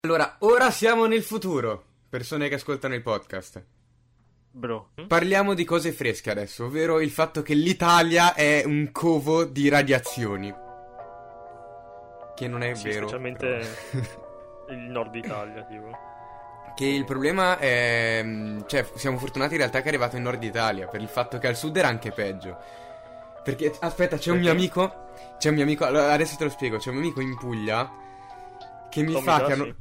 Allora, ora siamo nel futuro, persone che ascoltano il podcast. Bro. Parliamo di cose fresche adesso, ovvero il fatto che l'Italia è un covo di radiazioni. Che non è vero. Specialmente il nord Italia, tipo. Che il problema è... Cioè, siamo fortunati in realtà che è arrivato in nord Italia, per il fatto che al sud era anche peggio. Perché, aspetta, c'è un mio amico... Allora, adesso te lo spiego. C'è un mio amico in Puglia che mi fa che hanno...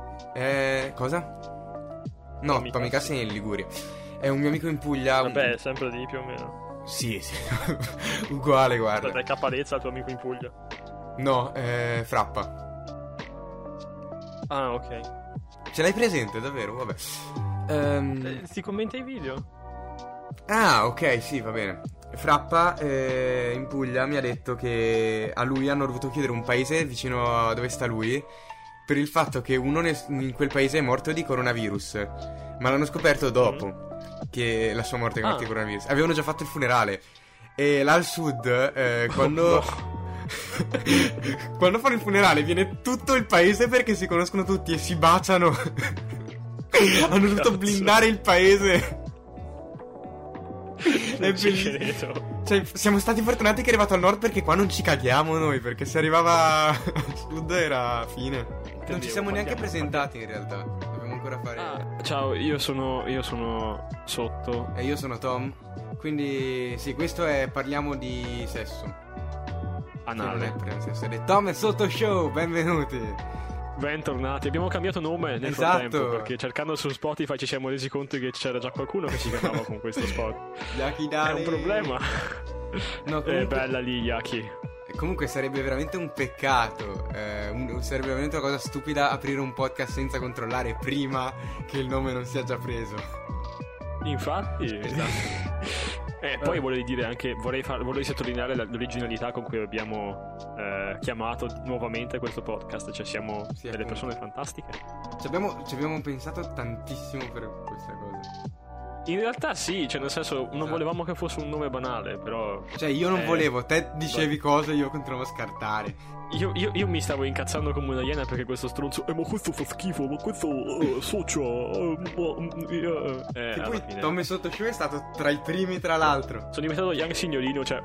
Cosa? No, Tommy Cassi è in Liguria. È un mio amico in Puglia. Vabbè, sempre lì più o meno. Sì. Uguale, guarda. Aspetta, è Caparezza il tuo amico in Puglia? No, Frappa. Ah, ok. Ce l'hai presente, davvero? Vabbè. Si commenta i video? Ah, ok, sì, va bene. Frappa in Puglia mi ha detto che a lui hanno dovuto chiudere un paese vicino a dove sta lui per il fatto che uno in quel paese è morto di coronavirus. Ma l'hanno scoperto dopo che la sua morte è morta di coronavirus. Avevano già fatto il funerale. E là al sud, quando quando fanno il funerale viene tutto il paese perché si conoscono tutti e si baciano. Hanno dovuto blindare il paese. È bellissimo. Cioè, siamo stati fortunati che è arrivato al nord perché qua non ci caghiamo noi. Perché se arrivava al sud era fine. Non ci siamo neanche presentati in realtà. Dobbiamo ancora fare. Ciao, io sono Sotto. E io sono Tom. Quindi sì, questo è parliamo di sesso. Anale. Non è sesso, è Tom e Sotto Show, benvenuti. Bentornati, abbiamo cambiato nome nel frattempo perché cercando su Spotify ci siamo resi conto che c'era già qualcuno che si chiamava con questo spot. È un problema. No, comunque... È bella lì, Yaki. Comunque sarebbe veramente un peccato, sarebbe veramente una cosa stupida aprire un podcast senza controllare prima che il nome non sia già preso. Infatti, poi vorrei dire anche, vorrei sottolineare l'originalità con cui abbiamo chiamato nuovamente questo podcast. Cioè siamo delle persone fantastiche. Ci abbiamo pensato tantissimo per questa cosa. In realtà sì, cioè nel senso non volevamo che fosse un nome banale, però... Cioè io non volevo, te dicevi cose e io continuavo a scartare. Io mi stavo incazzando come una iena perché questo stronzo ma questo fa schifo, ma questo socio che poi fine... Tommy Sotto Show è stato tra i primi tra l'altro. Sono diventato Young Signorino, cioè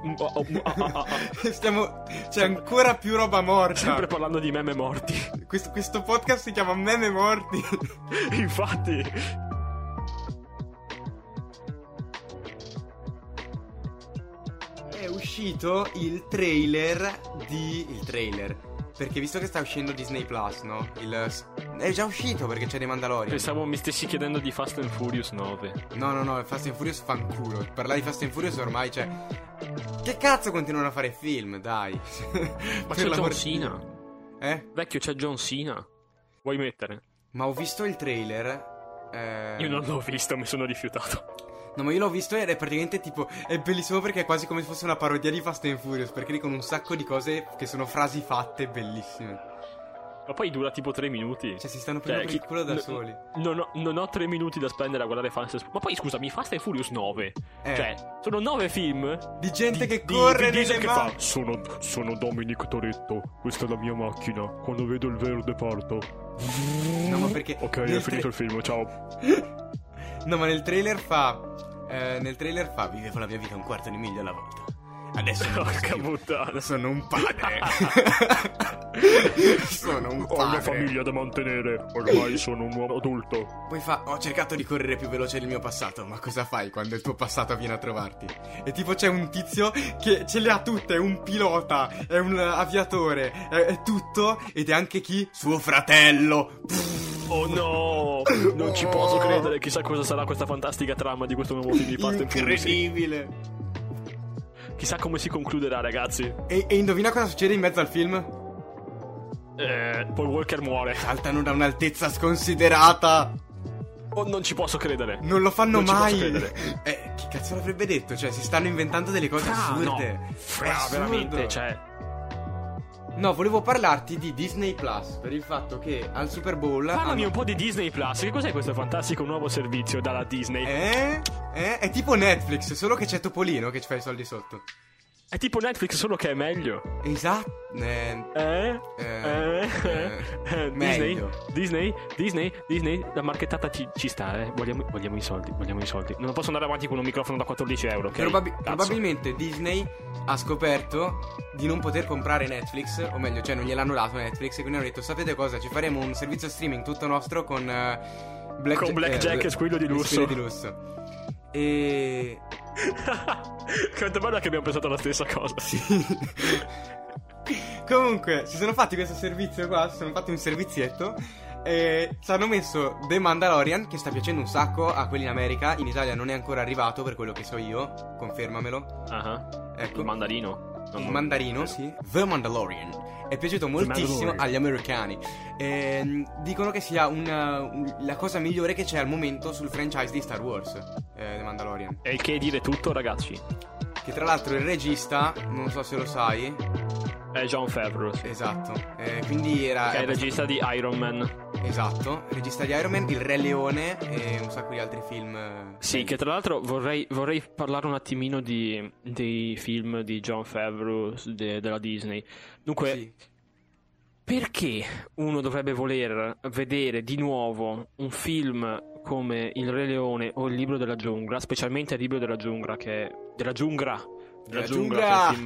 c'è ancora più roba morta. Sempre parlando di meme morti. Questo podcast si chiama Meme Morti. Infatti. È uscito il trailer perché visto che sta uscendo Disney Plus, no? È già uscito perché c'è dei Mandalorian. Pensavo mi stessi chiedendo di Fast and Furious 9. No, Fast and Furious fanculo. Parlare di Fast and Furious ormai, cioè, che cazzo continuano a fare film, dai. Ma c'è John Cena. Vecchio, c'è John Cena. Vuoi mettere? Ma ho visto il trailer. Io non l'ho visto, mi sono rifiutato. No, ma io l'ho visto ed è praticamente tipo... È bellissimo perché è quasi come se fosse una parodia di Fast and Furious, perché dicono un sacco di cose che sono frasi fatte bellissime. Ma poi dura tipo 3 minuti. Cioè si stanno prendendo per il culo da soli. Non ho 3 minuti da spendere a guardare Fast and Furious. Ma poi scusami, Fast and Furious 9 cioè, sono 9 film di gente che corre nelle che sono Dominic Toretto. Questa è la mia macchina. Quando vedo il verde parto. No, ma perché... Ok, è finito il film, ciao. No, ma nel trailer fa vivevo la mia vita un quarto di miglio alla volta. Adesso porca puttana, sono un padre. Sono un padre. Ho una famiglia da mantenere. Ormai sono un uomo adulto. Poi ho cercato di correre più veloce del mio passato. Ma cosa fai quando il tuo passato viene a trovarti? E tipo c'è un tizio che ce le ha tutte. È un pilota, è un aviatore, è tutto. Ed è anche chi? Suo fratello. Oh no, non ci posso credere. Chissà cosa sarà questa fantastica trama di questo nuovo film di Fast and Furious. Incredibile. Chissà come si concluderà, ragazzi. E indovina cosa succede in mezzo al film? Paul Walker muore. Saltano da un'altezza sconsiderata. Oh, non ci posso credere. Non lo fanno non mai. Ci posso credere. Chi cazzo l'avrebbe detto? Cioè si stanno inventando delle cose assurde. No, veramente, cioè. No, volevo parlarti di Disney Plus per il fatto che al Super Bowl parlami un po' di Disney Plus. Che cos'è questo fantastico nuovo servizio dalla Disney? È tipo Netflix, solo che c'è Topolino che ci fa i soldi sotto. È tipo Netflix, solo che è meglio. Esatto. Disney, Meglio. Disney, la marchettata ci sta, vogliamo i soldi. Non posso andare avanti con un microfono da 14 euro, ok? Probabilmente Disney ha scoperto di non poter comprare Netflix, o meglio, cioè non gliel'hanno dato Netflix, e quindi hanno detto: sapete cosa, ci faremo un servizio streaming tutto nostro con Blackjack e squillo di lusso. E quanto bello che abbiamo pensato alla stessa cosa. sì. Comunque si sono fatti questo servizio qua, si sono fatti un servizietto e ci hanno messo The Mandalorian, che sta piacendo un sacco a quelli in America. In Italia non è ancora arrivato, per quello che so io, confermamelo. Ecco. Il mandarino. Il mandarino, sì. The Mandalorian è piaciuto moltissimo agli americani. Dicono che sia la cosa migliore che c'è al momento sul franchise di Star Wars, The Mandalorian. E che dire tutto, ragazzi. Che tra l'altro il regista, non so se lo sai, è Jon Favreau, sì. Esatto. Quindi era... Che è il regista di Iron Man. Esatto, il regista di Iron Man, Il Re Leone e un sacco di altri film. Sì, che tra l'altro vorrei parlare un attimino dei film di Jon Favreau della Disney. Dunque, sì. Perché uno dovrebbe voler vedere di nuovo un film come Il Re Leone o Il Libro della Giungla, specialmente Il Libro della Giungla, che è della giungla, che è un film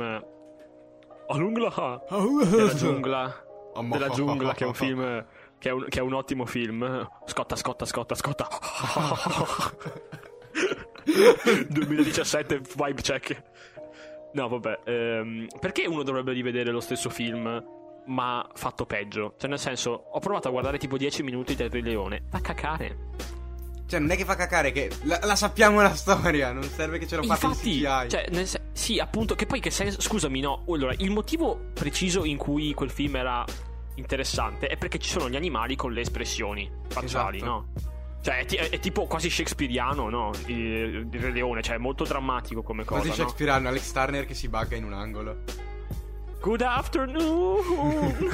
della giungla, che è un film che è un ottimo film. Scotta 2017 vibe check. No, vabbè, perché uno dovrebbe rivedere lo stesso film ma fatto peggio? Cioè, nel senso, ho provato a guardare tipo 10 minuti del Re Leone, fa cacare. Cioè, non è che fa cacare, che la sappiamo la storia, non serve che ce lo fate in CGI. Cioè, sì, appunto, che poi che senso... Scusami, no, allora, il motivo preciso in cui quel film era interessante è perché ci sono gli animali con le espressioni facciali, esatto. No? Cioè, è tipo quasi shakespeariano, no? Il Re Leone, cioè, è molto drammatico come cosa, quasi shakespeariano, no? Alex Turner che si bugga in un angolo. Good afternoon.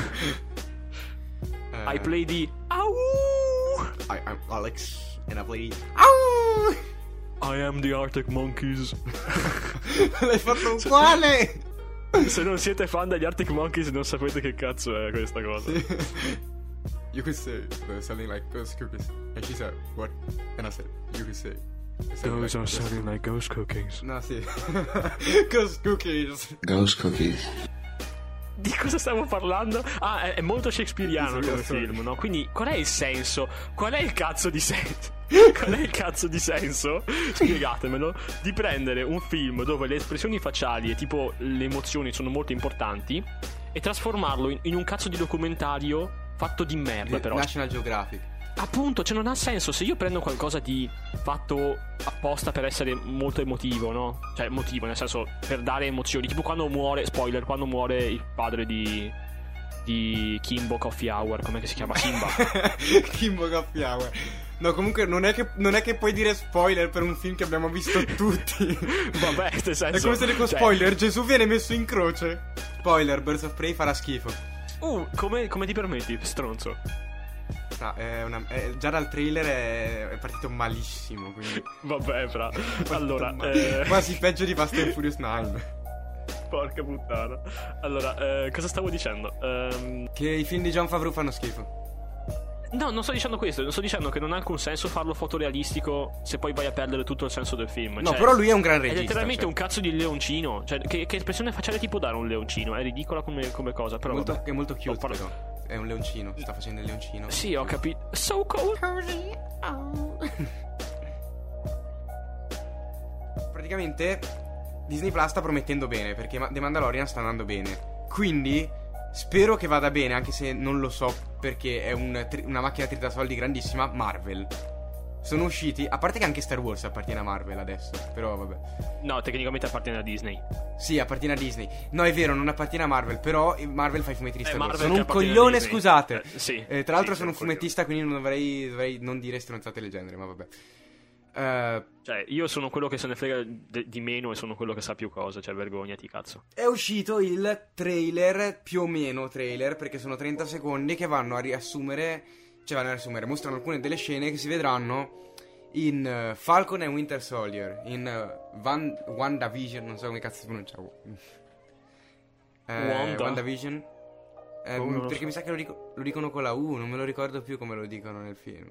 I play the I'm Alex and I play the I am the Arctic Monkeys. L'hai fatto uguale. Se non siete fan degli Arctic Monkeys non sapete che cazzo è questa cosa. Sì. You could say something like ghost cookies. And she said, what? And I said, you could say those are sounding like ghost cookies. No, sì. Ghost cookies. Ghost cookies. Di cosa stavo parlando? Ah, è molto shakespeariano come film, no? Quindi qual è il senso? Qual è il cazzo di senso? Qual è il cazzo di senso? Spiegatemelo. Di prendere un film dove le espressioni facciali e tipo le emozioni sono molto importanti e trasformarlo in un cazzo di documentario fatto di merda, però. National Geographic. Appunto, cioè non ha senso. Se io prendo qualcosa di fatto apposta per essere molto emotivo, no? Cioè emotivo, nel senso, per dare emozioni. Tipo quando muore, spoiler, quando muore il padre di Kimbo Coffee Hour. Com'è che si chiama? Kimba. Kimbo Coffee Hour. No, comunque non è che puoi dire spoiler per un film che abbiamo visto tutti. Vabbè, nel senso, è come se dico spoiler, Gesù viene messo in croce. Spoiler, Birds of Prey farà schifo. Come ti permetti, stronzo? Già dal trailer è partito malissimo, quindi. Vabbè, fra. Allora, quasi peggio di Fast and Furious 9. Porca puttana. Allora, cosa stavo dicendo? Che i film di Jon Favreau fanno schifo. No, non sto dicendo questo. Non sto dicendo che non ha alcun senso farlo fotorealistico se poi vai a perdere tutto il senso del film. No, però lui è un gran regista. È letteralmente un cazzo di leoncino. Cioè, che espressione facciale ti può dare un leoncino? È ridicola come cosa, però è molto cute, però. È un leoncino, sta facendo il leoncino. Sì, ho capito. So cold. Praticamente Disney Plus sta promettendo bene, perché The Mandalorian sta andando bene. Quindi spero che vada bene, anche se non lo so, perché è una macchina tritasoldi grandissima. Marvel. Sono usciti, a parte che anche Star Wars appartiene a Marvel adesso, però vabbè. No, tecnicamente appartiene a Disney. Sì, appartiene a Disney. No, è vero, non appartiene a Marvel, però Marvel fa i fumetti di Star Wars. Sono un coglione, scusate. Sì. Tra l'altro sono un fumettista, quindi non dovrei non dire stronzate del genere, ma vabbè. Cioè, io sono quello che se ne frega di meno e sono quello che sa più cose, cioè vergognati, cazzo. È uscito il trailer, più o meno trailer, perché sono 30 secondi che vanno a riassumere, mostrano alcune delle scene che si vedranno in Falcon e Winter Soldier, in WandaVision, non so come cazzo si pronuncia. WandaVision. Perché mi sa che lo dicono con la U, non me lo ricordo più come lo dicono nel film.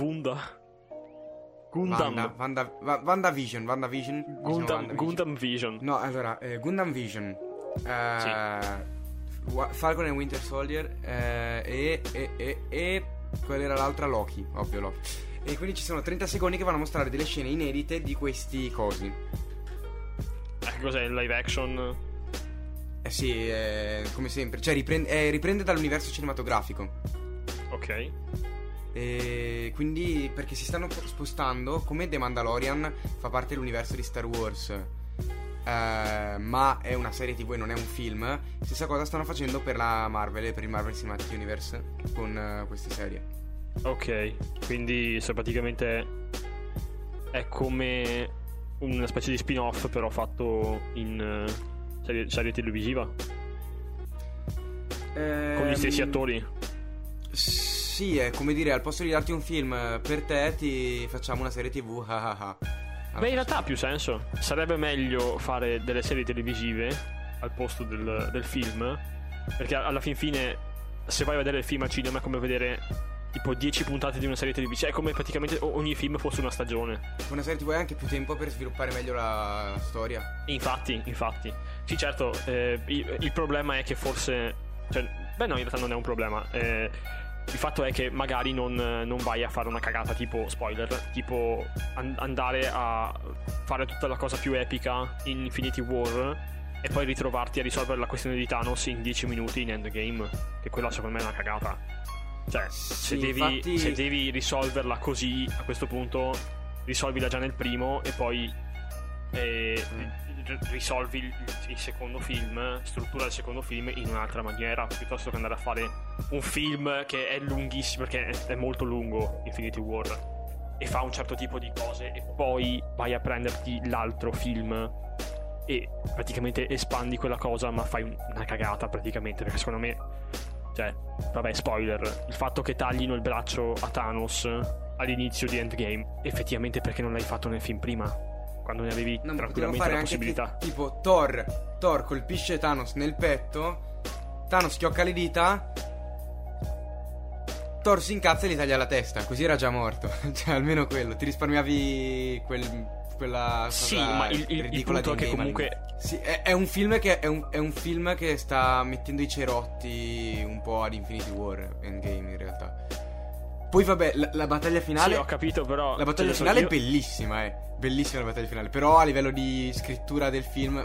WandaVision. Gundam Vision. No, allora, Gundam Vision. Falcon and Winter Soldier. E qual era l'altra? Loki, ovvio Loki. E quindi ci sono 30 secondi che vanno a mostrare delle scene inedite di questi cosi. Cos'è il live action? Sì, come sempre. Cioè riprende dall'universo cinematografico. Ok. E quindi perché si stanno spostando, come The Mandalorian fa parte dell'universo di Star Wars, ma è una serie TV e non è un film. Stessa cosa stanno facendo per la Marvel, per il Marvel Cinematic Universe, con queste serie. Ok, quindi praticamente è come una specie di spin-off però fatto in serie televisiva con gli stessi attori. Sì, è come dire, al posto di darti un film per te ti facciamo una serie TV. Beh, in realtà ha più senso. Sarebbe meglio fare delle serie televisive al posto del film, perché alla fine se vai a vedere il film al cinema è come vedere tipo 10 puntate di una serie televisiva. È come praticamente ogni film fosse una stagione. Una serie TV hai anche più tempo per sviluppare meglio la storia. Infatti. Sì, certo, il problema è che forse, cioè, beh no, in realtà non è un problema. Il fatto è che magari non vai a fare una cagata tipo spoiler, tipo andare a fare tutta la cosa più epica in Infinity War e poi ritrovarti a risolvere la questione di Thanos in 10 minuti in Endgame, che quella secondo me è una cagata. Cioè, se devi risolverla così, a questo punto risolvila già nel primo e poi risolvi il secondo film, struttura il secondo film in un'altra maniera, piuttosto che andare a fare un film che è lunghissimo, perché è molto lungo Infinity War, e fa un certo tipo di cose e poi vai a prenderti l'altro film e praticamente espandi quella cosa, ma fai una cagata praticamente, perché secondo me, cioè, vabbè, spoiler, il fatto che taglino il braccio a Thanos all'inizio di Endgame, effettivamente perché non l'hai fatto nel film prima, quando ne avevi tranquillamente la possibilità. Che, tipo Thor colpisce Thanos nel petto, Thanos schiocca le dita, Thor si incazza e gli taglia la testa, così era già morto. Cioè, almeno quello, ti risparmiavi quella sì, ma il punto è che comunque sì, è un film che è un film che sta mettendo i cerotti un po' ad Infinity War Endgame in realtà. Poi vabbè, la battaglia finale, sì, ho capito, però la battaglia finale è bellissima, bellissima la battaglia finale, però a livello di scrittura del film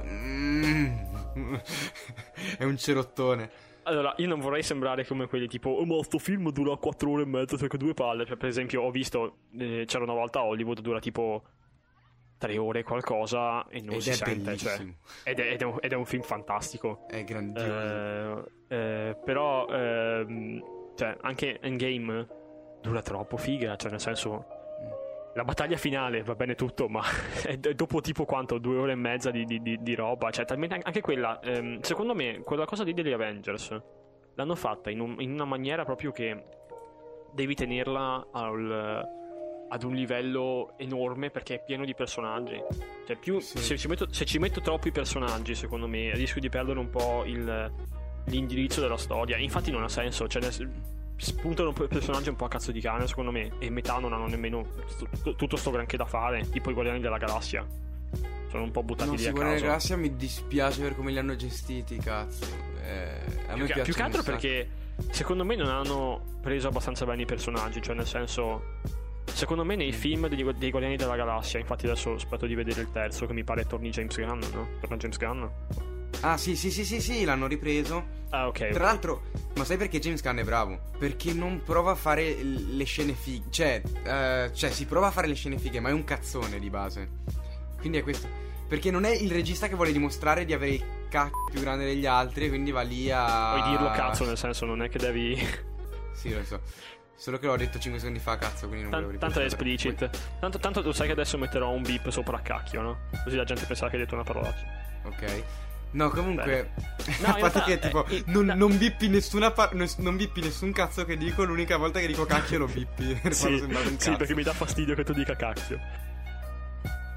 è un cerottone. Allora, io non vorrei sembrare come quelli tipo ma sto film dura 4 ore e mezza, perché 2 palle. Cioè, per esempio, ho visto c'era una volta Hollywood, dura tipo 3 ore qualcosa e non si sente, cioè, ed è un film fantastico, è grandioso. Però cioè, anche Endgame dura troppo, figa, cioè nel senso, la battaglia finale va bene tutto, ma è dopo tipo quanto 2 ore e mezza di roba, cioè talmente anche quella, secondo me quella cosa lì degli Avengers l'hanno fatta in una maniera proprio che devi tenerla ad un livello enorme, perché è pieno di personaggi. Cioè, più sì. se ci metto troppi personaggi, secondo me rischio di perdere un po' l'indirizzo della storia. Infatti non ha senso, cioè spuntano personaggi un po' a cazzo di cane, secondo me, e metà non hanno nemmeno tutto sto granché da fare, tipo i Guardiani della Galassia. Sono un po' buttati lì a caso. Guardiani della Galassia mi dispiace per come li hanno gestiti, cazzo. A me più che altro perché secondo me non hanno preso abbastanza bene i personaggi, cioè nel senso, secondo me nei film dei Guardiani della Galassia, infatti adesso aspetto di vedere il terzo, che mi pare torni James Gunn, no? Torna James Gunn? Ah sì, l'hanno ripreso. Ah, ok. Tra l'altro, ma sai perché James Gunn è bravo? Perché non prova a fare le scene fighe. Cioè si prova a fare le scene fighe, ma è un cazzone di base. Quindi è questo. Perché non è il regista che vuole dimostrare di avere il cacchio più grande degli altri, quindi va lì a... Puoi dirlo cazzo, nel senso, non è che devi... Sì, lo so. Solo che l'ho detto 5 secondi fa, cazzo, quindi non volevo ripetere. Tanto è explicit. Tanto tu sai che adesso metterò un beep sopra cacchio, no? Così la gente penserà che hai detto una parolaccia. Ok. No, comunque, no, a parte che tipo non bippi non bippi nessun cazzo che dico, l'unica volta che dico cacchio lo bippi. Sì, sì, perché mi dà fastidio che tu dica cacchio.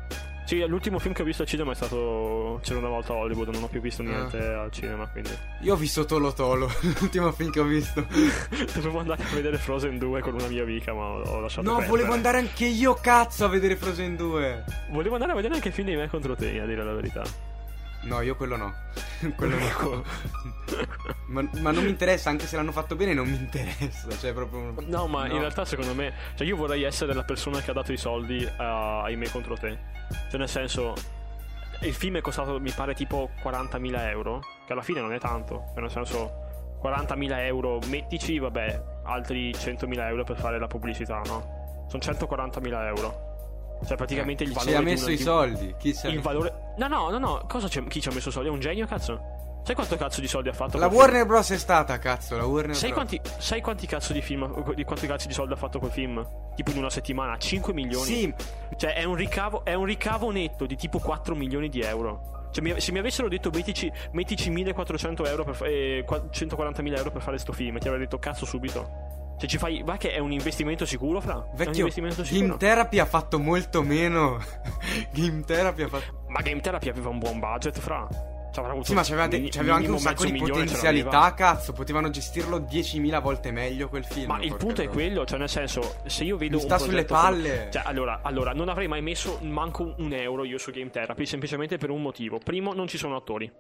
Sì, l'ultimo film che ho visto al cinema è stato C'era una volta a Hollywood, non ho più visto niente al cinema, quindi. Io ho visto Tolo Tolo, l'ultimo film che ho visto. Dovevo andare a vedere Frozen 2 con una mia amica, ma ho lasciato perdere. Volevo andare anche io, cazzo, a vedere Frozen 2. Volevo andare a vedere anche il film di Me contro te, a dire la verità. No, io quello no. Quello no. ma non mi interessa, anche se l'hanno fatto bene non mi interessa, cioè proprio. No, ma in realtà secondo me, cioè io vorrei essere la persona che ha dato i soldi ai Me contro te. Cioè nel senso, il film è costato mi pare tipo 40.000 euro, che alla fine non è tanto, cioè nel senso 40.000 euro, mettici vabbè altri 100.000 euro per fare la pubblicità, no? Sono 140.000 euro. Cioè praticamente il valore. Chi ha messo i soldi? Chi c'ha? Il valore. No. Chi ci ha messo soldi? È un genio, cazzo. Sai quanto cazzo di soldi ha fatto? La Warner Bros è stata, cazzo. La Warner Bros. Sai quanti cazzo di film. Di quanti cazzo di soldi ha fatto quel film? Tipo in una settimana? 5 milioni. Sì. Cioè è un ricavo netto di tipo 4 milioni di euro. Cioè se mi avessero detto mettici 1.400 euro per 140.000 euro per fare sto film, ti avrei detto cazzo subito. Se ci fai, va che è un investimento sicuro, fra? Vecchio, è un investimento sicuro. Game Therapy ha fatto molto meno. Game Therapy ha fatto. Ma Game Therapy aveva un buon budget, fra. Sì, ma c'aveva anche un sacco di potenzialità, cazzo. Potevano gestirlo 10.000 volte meglio quel film. Ma il punto è quello, cioè nel senso, se io vedo mi sta sulle palle. Cioè allora, non avrei mai messo manco un euro io su Game Therapy, semplicemente per un motivo. Primo, non ci sono attori.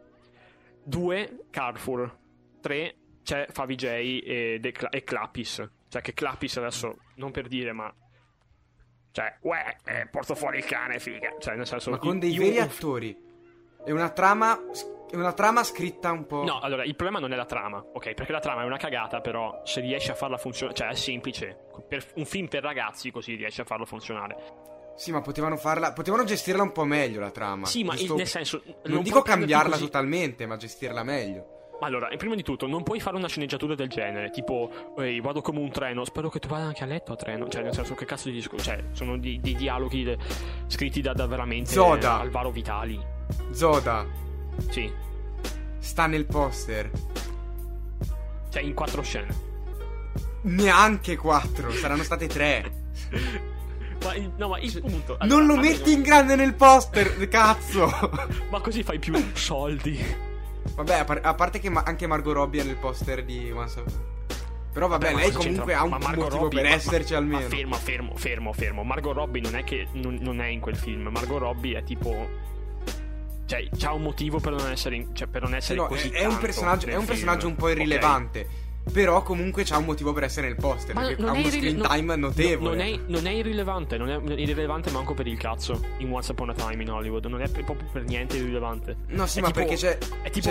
2, Carrefour. 3, c'è Favij e Clapis. Cioè che Clapis adesso, non per dire, ma cioè, porto fuori il cane, figa. Cioè nel senso, ma con dei veri attori. È una trama scritta un po'. No, allora, il problema non è la trama, ok? Perché la trama è una cagata, però se riesci a farla funzionare, cioè è semplice. Per un film per ragazzi così riesci a farlo funzionare. Sì, ma potevano gestirla un po' meglio la trama. Sì, ma nel senso, non dico cambiarla totalmente, ma gestirla meglio. Allora, prima di tutto, non puoi fare una sceneggiatura del genere, tipo, vado come un treno, spero che tu vada anche a letto a treno. Cioè, nel senso, che cazzo di discorso? Cioè, sono dei dialoghi scritti da veramente Zoda. Alvaro Vitali. Zoda. Sì. Sta nel poster. Cioè, in 4 scene. Neanche 4, saranno state 3. Ma il punto. Allora, non lo metti in grande nel poster, cazzo. Ma così fai più soldi. Vabbè, a parte che anche Margot Robbie è nel poster di Once Upon. Però vabbè, lei comunque ha un motivo Robbie, per esserci almeno. Ma fermo. Margot Robbie non è che non è in quel film. Margot Robbie è tipo, cioè c'ha un motivo per non essere così. È un personaggio un po' irrilevante. Okay. Però comunque c'ha un motivo per essere nel poster. Ma perché ha uno screen time notevole. Non è irrilevante. Non è irrilevante manco per il cazzo in Once Upon a Time in Hollywood. Non è proprio per niente irrilevante. No, sì, ma tipo, perché c'è. È tipo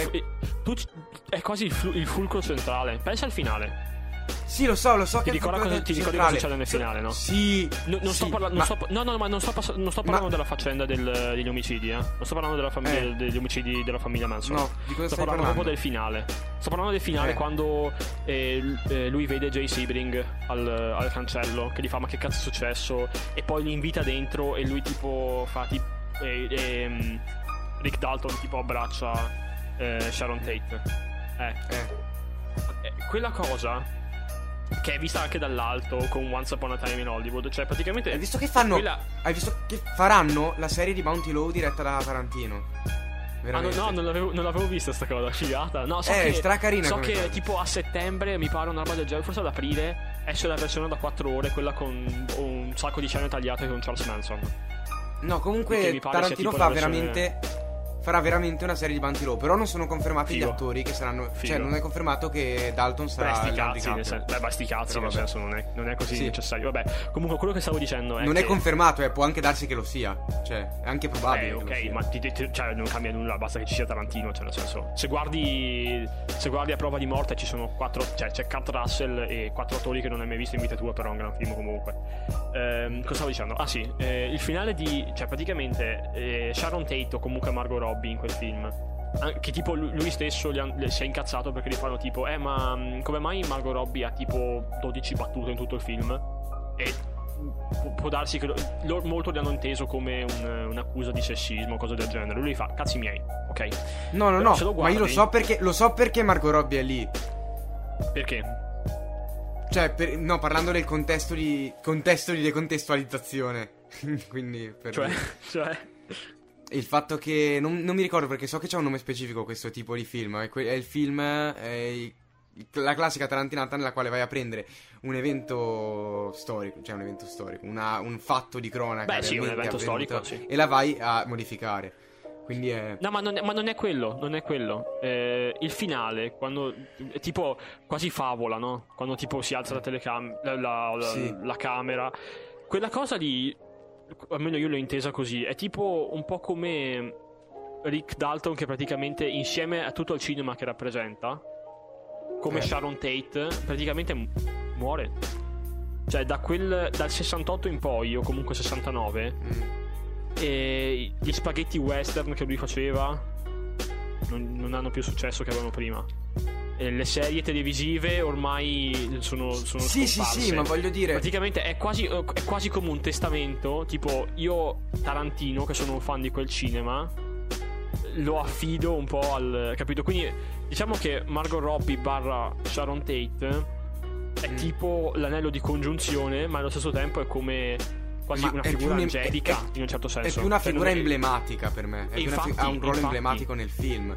quasi il fulcro centrale. Pensa al finale. Sì, lo so ti ricordi cosa succede nel finale, no? Sì. Non sto parlando della faccenda degli omicidi, Non sto parlando della famiglia degli omicidi della famiglia Manson. No, di cosa sto stai parlando proprio del finale. Sto parlando del finale quando lui vede Jay Sebring al cancello che gli fa ma che cazzo è successo, e poi li invita dentro e lui tipo fa tipo Rick Dalton tipo abbraccia Sharon Tate. Quella cosa che è vista anche dall'alto con Once Upon a Time in Hollywood. Cioè praticamente hai visto che faranno la serie di Bounty Law diretta da Tarantino? Veramente. No, non l'avevo vista sta cosa, figata. No, stracarina. So che tipo a settembre mi pare una roba del genere, forse ad aprile esce la versione da 4 ore, quella con un sacco di scene tagliate con Charles Manson. No, comunque Tarantino farà veramente una serie di Bounty Law. Però non sono confermati gli attori che saranno. Cioè non è confermato che Dalton sarà. Sti cazzi, nel senso non è così necessario. Vabbè, comunque quello che stavo dicendo è non è confermato, può anche darsi che lo sia. Cioè è anche probabile. Ok, ma cioè, non cambia nulla, basta che ci sia Tarantino. Cioè nel senso, se guardi A Prova di Morte ci sono 4. Cioè c'è Kurt Russell e 4 attori che non hai mai visto in vita tua, però è un gran film comunque. Cosa stavo dicendo? Ah sì, il finale di. Cioè praticamente Sharon Tate o comunque Margot Robbie in quel film, che tipo lui stesso si è incazzato perché gli fanno tipo ma come mai Margot Robbie ha tipo 12 battute in tutto il film, e può darsi che molto li hanno inteso come un'accusa di sessismo o cose del genere. Lui fa cazzi miei, ok? No, ma io lo so perché Margot Robbie è lì. Perché? Cioè parlando del contesto di decontestualizzazione. Quindi cioè il fatto che non mi ricordo, perché so che c'è un nome specifico questo tipo di film. È il film, la classica tarantinata nella quale vai a prendere un evento storico, cioè un evento storico, un fatto di cronaca. Beh, sì, un evento storico, sì. E la vai a modificare. Quindi è... No, ma non è quello, non è quello. Il finale, quando è tipo quasi favola, no? Quando tipo si alza la telecamera, Sì. la camera. Quella cosa lì, almeno io l'ho intesa così, è tipo un po' come Rick Dalton che praticamente insieme a tutto il cinema che rappresenta, come Sharon Tate, praticamente muore. Cioè dal 68 in poi, o comunque 69... E gli spaghetti western che lui faceva non hanno più successo che avevano prima. E le serie televisive ormai sono sì, scomparse. sì, ma voglio dire, praticamente è quasi come un testamento. Tipo, io Tarantino, che sono un fan di quel cinema, lo affido un po' al... Capito? Quindi diciamo che Margot Robbie / Sharon Tate è tipo l'anello di congiunzione, ma allo stesso tempo è come... quasi una figura angelica in un certo senso. È più una figura emblematica per me. Ha un ruolo emblematico nel film.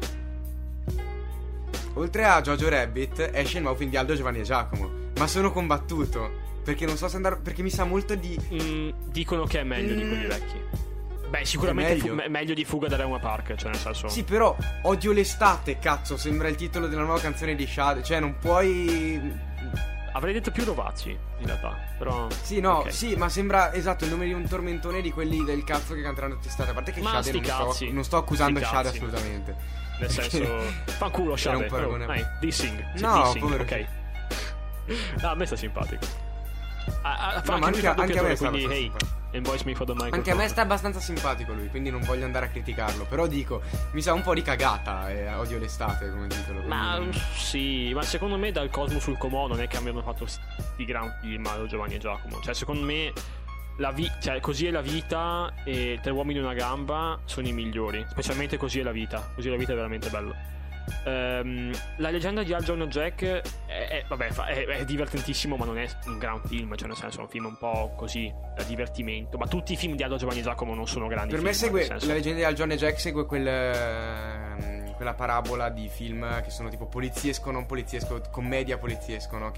Oltre a Jojo Rabbit esce il nuovo film di Aldo, Giovanni e Giacomo. Ma sono combattuto, perché non so se andare, perché mi sa molto di... dicono che è meglio di quelli vecchi. Beh, sicuramente è meglio di Fuga da Luna Park, cioè nel senso... Sì, però Odio l'estate, cazzo, sembra il titolo della nuova canzone di Shade. Cioè non puoi... Avrei detto più Rovazzi, in realtà, però... Sì, no, okay. Sì, ma sembra, esatto, il nome di un tormentone di quelli del cazzo che canteranno quest'estate. A parte che ma Shade non sto accusando Shade assolutamente. Nel senso... Fanculo Shade, dai, dissing. No, dissing, povero. Ok. A me sta simpatico. No, ma anche a me sta quindi, hey, simpatico. Invoice me for the microphone. Anche a me sta abbastanza simpatico lui, quindi non voglio andare a criticarlo. Però dico, mi sa un po' di cagata, Odio l'estate come titolo. Quindi... Ma sì, ma secondo me dal Cosmo sul Comò non è che abbiano fatto sti gran film Giovanni e Giacomo. Cioè secondo me cioè, Così è la vita e Tre uomini e una gamba sono i migliori. Specialmente Così è la vita. Così è la vita è veramente bello. La leggenda di Algernon Jack è divertentissimo, ma non è un gran film. Cioè nel senso è un film un po' così da divertimento. Ma tutti i film di Aldo, Giovanni e Giacomo non sono grandi per film, me segue la leggenda di Algernon Jack segue quella parabola di film che sono tipo poliziesco, non poliziesco, commedia poliziesco, no?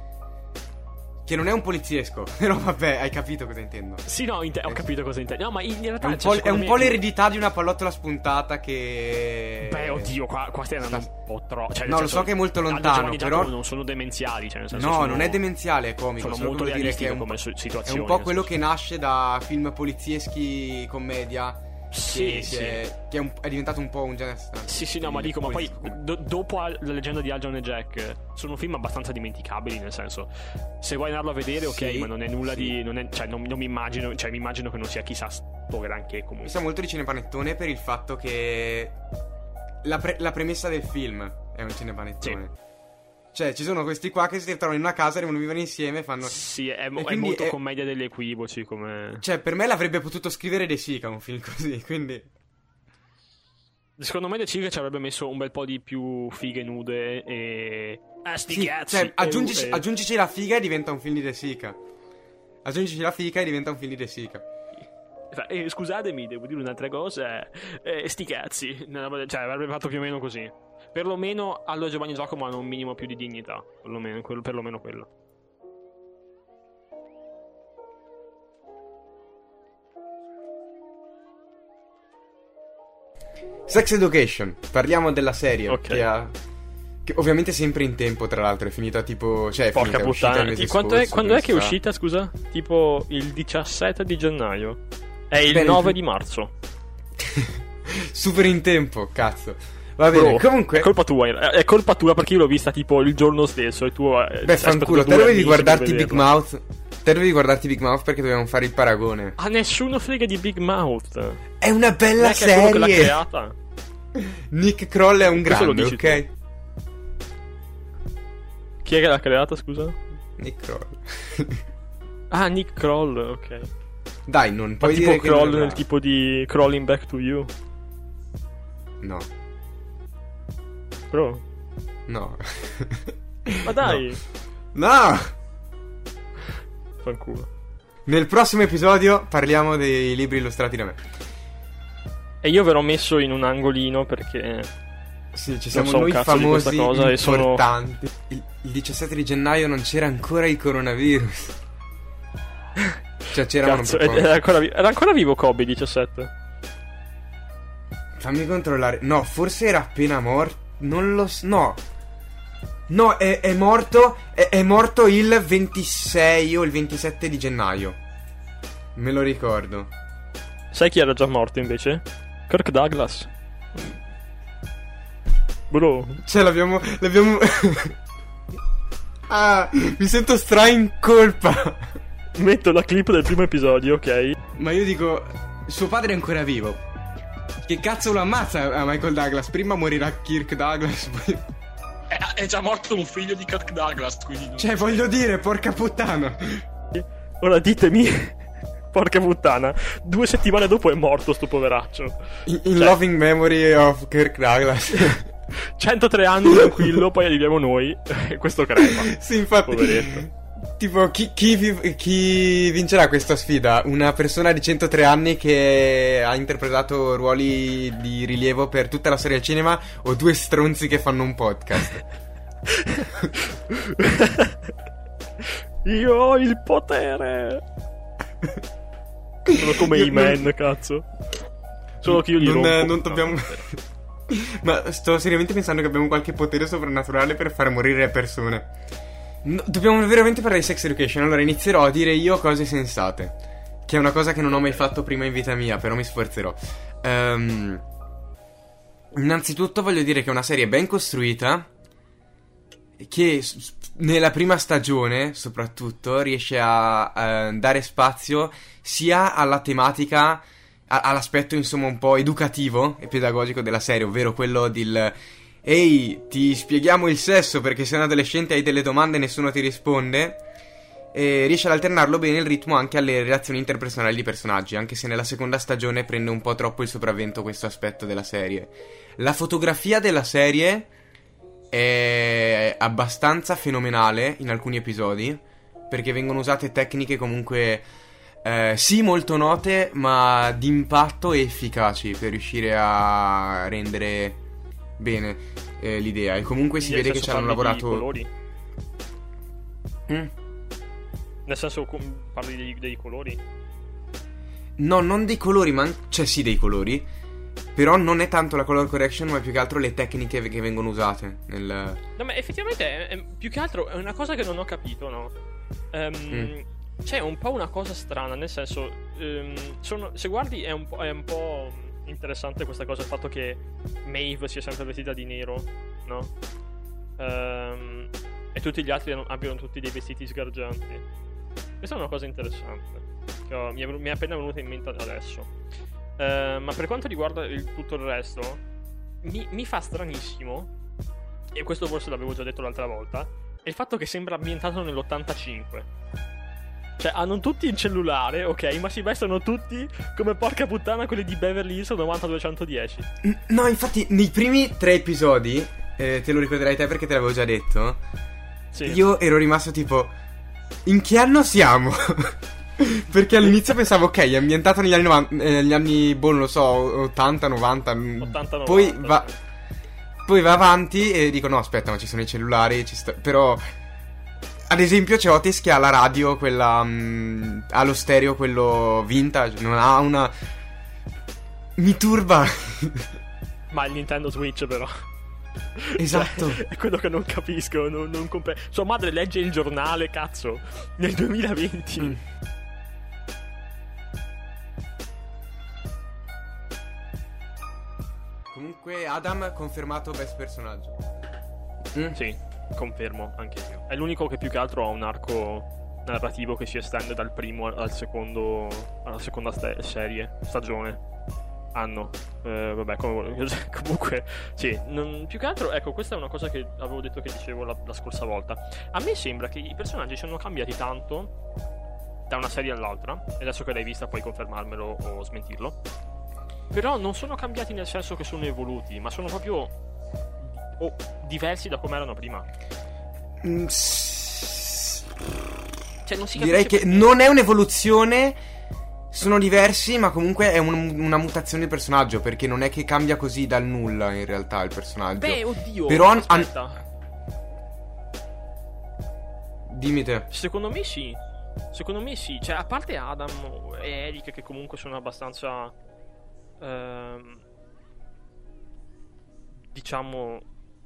Che non è un poliziesco, però vabbè, hai capito cosa intendo. Sì, no, ho capito cosa intendi. No, ma in realtà è un po' l'eredità di una pallottola spuntata che... Beh, oddio, qua stai andando un po' troppo. Cioè, no, lo so che è molto lontano, però... non sono demenziali, cioè nel senso no, non è demenziale, è comico. Sono molto realistico come situazione. È un po' quello che nasce da film polizieschi, commedia... Sì, che è diventato un po' un genere strano. Sì, no, ma dico, ma poi dopo La leggenda di Algernon Jack sono film abbastanza dimenticabili, nel senso, se vuoi andarlo a vedere, ok, sì, ma non è nulla di non mi immagino, cioè mi immagino che non sia chissà sto granché comunque. Mi sa molto di cinepanettone per il fatto che la premessa del film è un cinepanettone. Sì. Cioè, ci sono questi qua che si trovano in una casa, devono vivere insieme, fanno... Sì, è molto commedia degli equivoci, come... Cioè, per me l'avrebbe potuto scrivere De Sica un film così, quindi... Secondo me De Sica ci avrebbe messo un bel po' di più fighe nude e... sti cazzi! Cioè, aggiungici la figa e diventa un film di De Sica. Aggiungici la figa e diventa un film di De Sica. Scusatemi, devo dire un'altra cosa. Sti cazzi. Cioè, avrebbe fatto più o meno così. Perlomeno Aldo e Giovanni e Giacomo hanno un minimo più di dignità. Perlomeno quello. Sex Education. Parliamo della serie. Ok. Che ovviamente sempre in tempo, tra l'altro. È finita tipo... Cioè, porca puttana. Quando è che è uscita, scusa? Tipo il 17 di gennaio. È il 9 di marzo. Super in tempo, cazzo. Va bene, bro, comunque... È colpa tua perché io l'ho vista tipo il giorno stesso e tu... Beh, fanculo, te dovevi guardarti Big Mouth. Te dovevi guardarti Big Mouth perché dovevamo fare il paragone. Ah, nessuno frega di Big Mouth. È una bella serie. È quello che l'ha creata. Nick Kroll è un grande, ok? Tu. Chi è che l'ha creata, scusa? Nick Kroll. Ah, Nick Kroll, ok. Dai, non puoi tipo dire che Kroll nel tipo di Crawling Back to You. No. Bro. No. Ma dai. No. Fanculo. Nel prossimo episodio parliamo dei libri illustrati da me. E io verrò messo in un angolino perché sì, ci siamo so noi famosi cosa importanti. Il 17 di gennaio non c'era ancora il coronavirus. Cioè c'era era ancora vivo Kobe 17? Fammi controllare. No, forse era appena morto. Non lo so. No, è morto. È morto il 26 o il 27 di gennaio. Me lo ricordo. Sai chi era già morto invece? Kirk Douglas. Bro. Cioè l'abbiamo ah, mi sento in colpa. Metto la clip del primo episodio, ok? Ma io dico, suo padre è ancora vivo. Che cazzo lo ammazza a Michael Douglas? Prima morirà Kirk Douglas, poi... È già morto un figlio di Kirk Douglas, quindi... Cioè, voglio dire, porca puttana. Ora ditemi... Porca puttana, 2 settimane dopo è morto sto poveraccio. In loving memory of Kirk Douglas. 103 anni tranquillo, poi arriviamo noi. Questo crepa. Sì, infatti. Poveretto. Tipo, chi vincerà questa sfida? Una persona di 103 anni che ha interpretato ruoli di rilievo per tutta la storia del cinema, o 2 stronzi che fanno un podcast? Io ho il potere. Sono come i men, cazzo. Solo che io li rompo. Non dobbiamo... Ma sto seriamente pensando che abbiamo qualche potere soprannaturale per far morire le persone. No, dobbiamo veramente parlare di Sex Education. Allora inizierò a dire io cose sensate, che è una cosa che non ho mai fatto prima in vita mia, però mi sforzerò. Innanzitutto voglio dire che è una serie ben costruita, che nella prima stagione soprattutto riesce a dare spazio sia alla tematica, all'aspetto insomma un po' educativo e pedagogico della serie, ovvero quello del ehi, ti spieghiamo il sesso perché sei un adolescente, hai delle domande e nessuno ti risponde, e riesce ad alternarlo bene il ritmo anche alle relazioni interpersonali di personaggi, anche se nella seconda stagione prende un po' troppo il sopravvento questo aspetto della serie. La fotografia della serie è abbastanza fenomenale in alcuni episodi, perché vengono usate tecniche comunque sì molto note, ma di impatto e efficaci per riuscire a rendere bene l'idea. E comunque si vede che ci hanno lavorato. Colori? Nel senso, parli dei colori? No, non dei colori, ma cioè sì dei colori, però non è tanto la color correction, ma più che altro le tecniche che vengono usate nel... No, ma effettivamente più che altro è una cosa che non ho capito, no? C'è un po' una cosa strana, nel senso, se guardi è un po' interessante questa cosa, il fatto che Maeve sia sempre vestita di nero, no? E tutti gli altri abbiano tutti dei vestiti sgargianti. Questa è una cosa interessante che mi è appena venuta in mente adesso. Ma per quanto riguarda tutto il resto, mi fa stranissimo, e questo forse l'avevo già detto l'altra volta, è il fatto che sembra ambientato nell'85. Cioè, hanno tutti il cellulare, ok, ma si vestono tutti come porca puttana quelli di Beverly Hills 90-210. No, infatti, nei primi 3 episodi, te lo ricorderai te perché te l'avevo già detto, sì. Io ero rimasto tipo, in che anno siamo? Perché all'inizio pensavo, ok, è ambientato negli anni 90, negli anni, boh, non lo so, 80, 90. 80, 90. Poi va avanti e dico, no, aspetta, ma ci sono i cellulari, però... Ad esempio c'è Otis che ha la radio, quella ha lo stereo, quello vintage, non ha una... Mi turba. Ma il Nintendo Switch però. Esatto. Cioè, è quello che non capisco, non sua madre legge il giornale, cazzo, nel 2020. Comunque Adam confermato best personaggio. Sì, confermo anche io. È l'unico che più che altro ha un arco narrativo che si estende dal primo al secondo, alla seconda stagione. Vabbè, comunque sì, più che altro, ecco, questa è una cosa che avevo detto, che dicevo la scorsa volta. A me sembra che i personaggi siano cambiati tanto da una serie all'altra, e adesso che l'hai vista puoi confermarmelo o smentirlo. Però non sono cambiati nel senso che sono evoluti, ma sono proprio diversi da come erano prima. Cioè, non si direi che non è un'evoluzione sono diversi, ma comunque è una mutazione del personaggio, perché non è che cambia così dal nulla in realtà il personaggio. Beh, oddio. Però aspetta. Dimmi te. Secondo me sì. Cioè, a parte Adam e Eric, che comunque sono abbastanza diciamo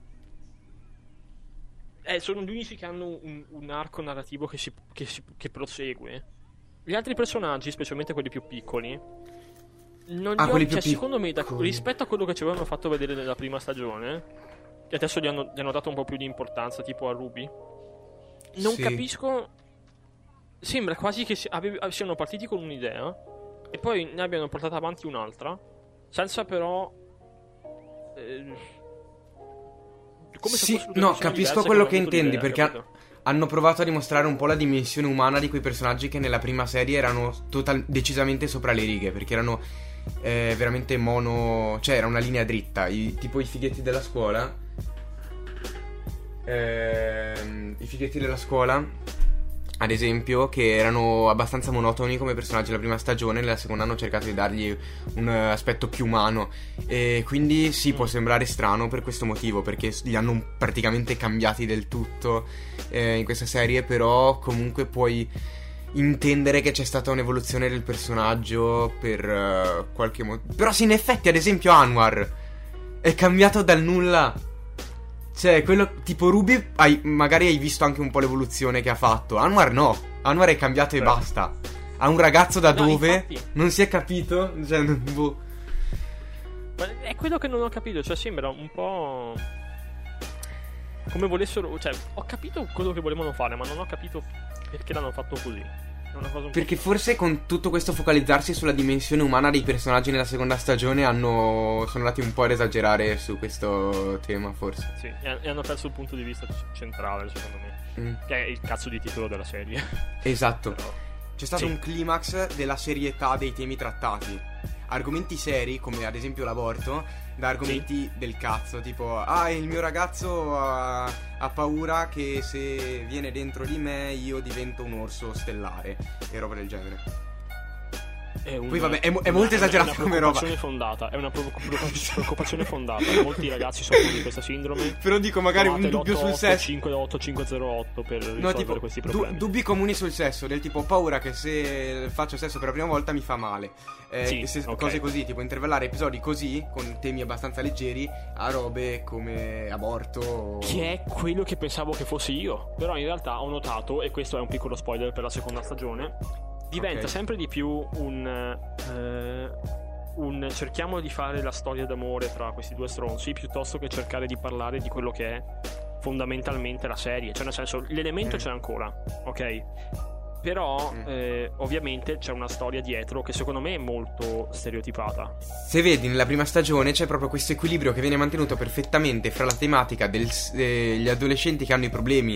sono gli unici che hanno un arco narrativo che prosegue. Gli altri personaggi, specialmente quelli più piccoli, non li quelli più secondo me, rispetto a quello che ci avevano fatto vedere nella prima stagione, che adesso gli hanno dato un po' più di importanza, tipo a Ruby, non capisco. Sembra quasi che siano partiti con un'idea e poi ne abbiano portata avanti un'altra, senza però come se fossero due capisco quello che intendi, perché capito? hanno provato a dimostrare un po' la dimensione umana di quei personaggi che nella prima serie erano decisamente sopra le righe, perché erano veramente cioè era una linea dritta, tipo i fighetti della scuola. I fighetti della scuola, ad esempio, che erano abbastanza monotoni come personaggi nella prima stagione, nella seconda hanno cercato di dargli un aspetto più umano, e quindi sì, può sembrare strano per questo motivo, perché li hanno praticamente cambiati del tutto in questa serie, però comunque puoi intendere che c'è stata un'evoluzione del personaggio per qualche motivo. Però sì, in effetti, ad esempio Anwar è cambiato dal nulla. Cioè, quello tipo Ruby magari hai visto anche un po' l'evoluzione che ha fatto. Anwar no, Anwar è cambiato e basta. Ha un ragazzo da dove? Infatti. Non si è capito? Cioè, boh. È quello che non ho capito, cioè sembra un po' come volessero, cioè ho capito quello che volevano fare, ma non ho capito perché l'hanno fatto così. È una cosa perché forse con tutto questo focalizzarsi sulla dimensione umana dei personaggi nella seconda stagione sono andati un po' ad esagerare su questo tema, forse. Sì, e hanno perso il punto di vista centrale, secondo me, che è il cazzo di titolo della serie. Esatto. Però c'è stato un climax della serietà dei temi trattati. Argomenti seri, come ad esempio l'aborto, da argomenti del cazzo, tipo il mio ragazzo ha paura che se viene dentro di me io divento un orso stellare e roba del genere. Poi vabbè, è molto esagerato come roba. È una preoccupazione fondata. Molti ragazzi soffrono di questa sindrome. Però dico, magari un dubbio sul sesso 58508 per risolvere questi problemi. Dubbi comuni sul sesso, del tipo ho paura che se faccio sesso per la prima volta mi fa male. Cose così, tipo intervallare episodi così, con temi abbastanza leggeri, a robe come aborto. Che è quello che pensavo che fossi io. Però in realtà ho notato, e questo è un piccolo spoiler per la seconda stagione, diventa sempre di più un cerchiamo di fare la storia d'amore tra questi due stronzi, piuttosto che cercare di parlare di quello che è fondamentalmente la serie. Cioè, nel senso, l'elemento c'è ancora, ok? Però ovviamente c'è una storia dietro che secondo me è molto stereotipata. Se vedi, nella prima stagione c'è proprio questo equilibrio che viene mantenuto perfettamente fra la tematica degli adolescenti che hanno i problemi,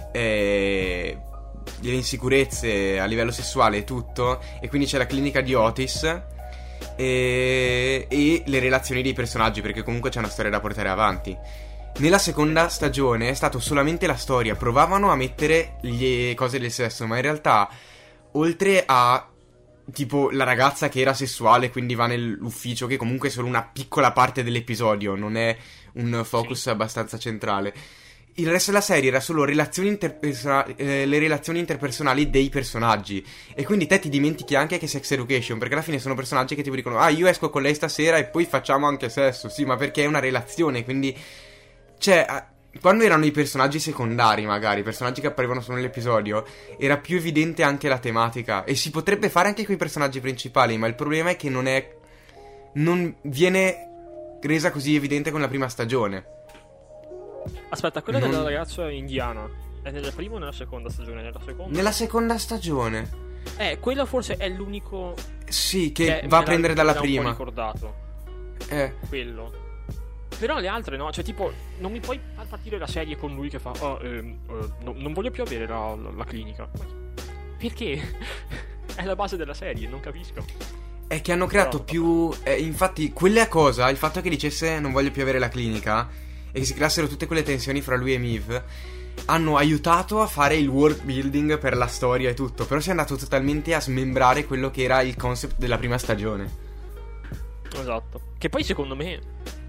delle insicurezze a livello sessuale e tutto, e quindi c'è la clinica di Otis e le relazioni dei personaggi, perché comunque c'è una storia da portare avanti. Nella seconda stagione è stato solamente la storia, provavano a mettere le cose del sesso, ma in realtà oltre a tipo la ragazza che era sessuale, quindi va nell'ufficio, che comunque è solo una piccola parte dell'episodio, non è un focus abbastanza centrale. Il resto della serie era solo le relazioni interpersonali dei personaggi. E quindi te ti dimentichi anche che Sex Education, perché alla fine sono personaggi che ti dicono io esco con lei stasera e poi facciamo anche sesso. Sì, ma perché è una relazione, quindi cioè quando erano i personaggi secondari, magari i personaggi che apparivano solo nell'episodio, era più evidente anche la tematica. E si potrebbe fare anche con i personaggi principali, ma il problema è che non viene resa così evidente con la prima stagione. Aspetta, quella della ragazza indiana è nella prima o nella seconda stagione? Nella seconda stagione. Quello forse è l'unico. Sì, che va a prendere dalla prima. Un po' ricordato. Quello. Però le altre no, cioè tipo non mi puoi far partire la serie con lui che fa non voglio più avere la clinica. Perché? È la base della serie, non capisco. È che hanno creato più infatti quella cosa, il fatto che dicesse non voglio più avere la clinica e che si creassero tutte quelle tensioni fra lui e Miv, hanno aiutato a fare il world building per la storia e tutto, però si è andato totalmente a smembrare quello che era il concept della prima stagione. Esatto. Che poi secondo me